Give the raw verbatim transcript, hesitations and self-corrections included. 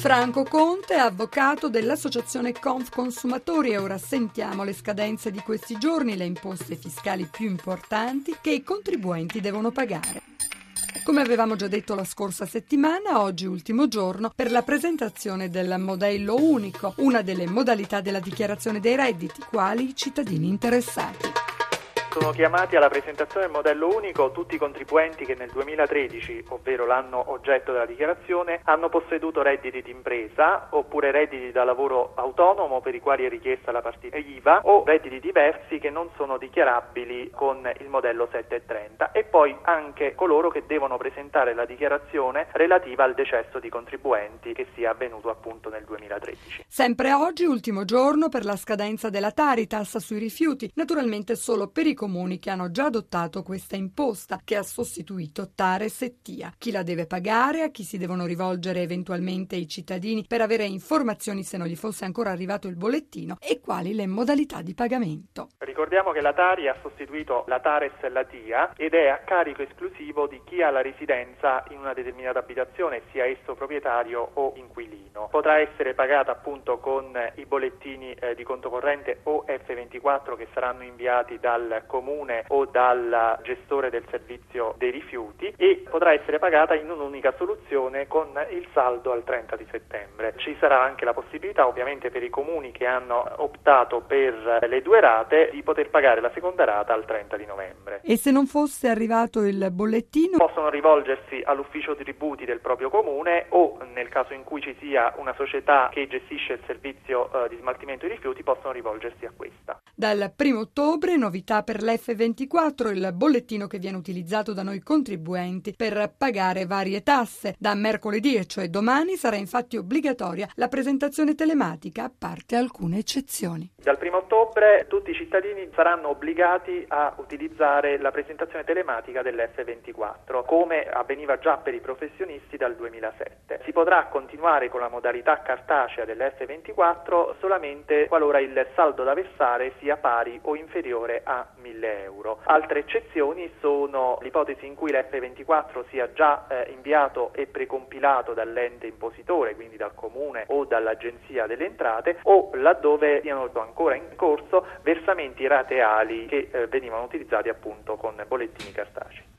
Franco Conte, avvocato dell'Associazione Confconsumatori, e ora sentiamo le scadenze di questi giorni, le imposte fiscali più importanti che i contribuenti devono pagare. Come avevamo già detto la scorsa settimana, oggi ultimo giorno per la presentazione del modello unico, una delle modalità della dichiarazione dei redditi, quali i cittadini interessati. Sono chiamati alla presentazione del modello unico tutti i contribuenti che nel duemilatredici, ovvero l'anno oggetto della dichiarazione, hanno posseduto redditi d'impresa oppure redditi da lavoro autonomo per i quali è richiesta la partita I V A o redditi diversi che non sono dichiarabili con il modello settecentotrenta, e poi anche coloro che devono presentare la dichiarazione relativa al decesso di contribuenti che sia avvenuto appunto nel duemilatredici. Sempre oggi ultimo giorno per la scadenza della Tari, tassa sui rifiuti, naturalmente solo per i comuni che hanno già adottato questa imposta, che ha sostituito Tares e T I A. Chi la deve pagare, a chi si devono rivolgere eventualmente i cittadini per avere informazioni se non gli fosse ancora arrivato il bollettino, e quali le modalità di pagamento. Ricordiamo che la Tari ha sostituito la Tares e la T I A ed è a carico esclusivo di chi ha la residenza in una determinata abitazione, sia esso proprietario o inquilino. Potrà essere pagata appunto con i bollettini eh, di conto corrente o F ventiquattro che saranno inviati dal comune o dal gestore del servizio dei rifiuti, e potrà essere pagata in un'unica soluzione con il saldo al trenta di settembre. Ci sarà anche la possibilità, ovviamente per i comuni che hanno optato per le due rate, di poter pagare la seconda rata al trenta di novembre. E se non fosse arrivato il bollettino? Possono rivolgersi all'ufficio tributi del proprio comune o, nel caso in cui ci sia una società che gestisce il servizio eh, di smaltimento dei rifiuti, possono rivolgersi a questa. Dal primo ottobre, novità per l'F ventiquattro, il bollettino che viene utilizzato da noi contribuenti per pagare varie tasse. Da mercoledì, e cioè domani, sarà infatti obbligatoria la presentazione telematica, a parte alcune eccezioni. Dal primo ottobre tutti i cittadini saranno obbligati a utilizzare la presentazione telematica dell'F ventiquattro, come avveniva già per i professionisti dal duemilasette. Si potrà continuare con la modalità cartacea dell'F ventiquattro solamente qualora il saldo da versare sia pari o inferiore a mille euro. Altre eccezioni sono l'ipotesi in cui l'F ventiquattro sia già eh, inviato e precompilato dall'ente impositore, quindi dal comune o dall'agenzia delle entrate, o laddove siano ancora in corso versamenti rateali che eh, venivano utilizzati appunto con bollettini cartacei.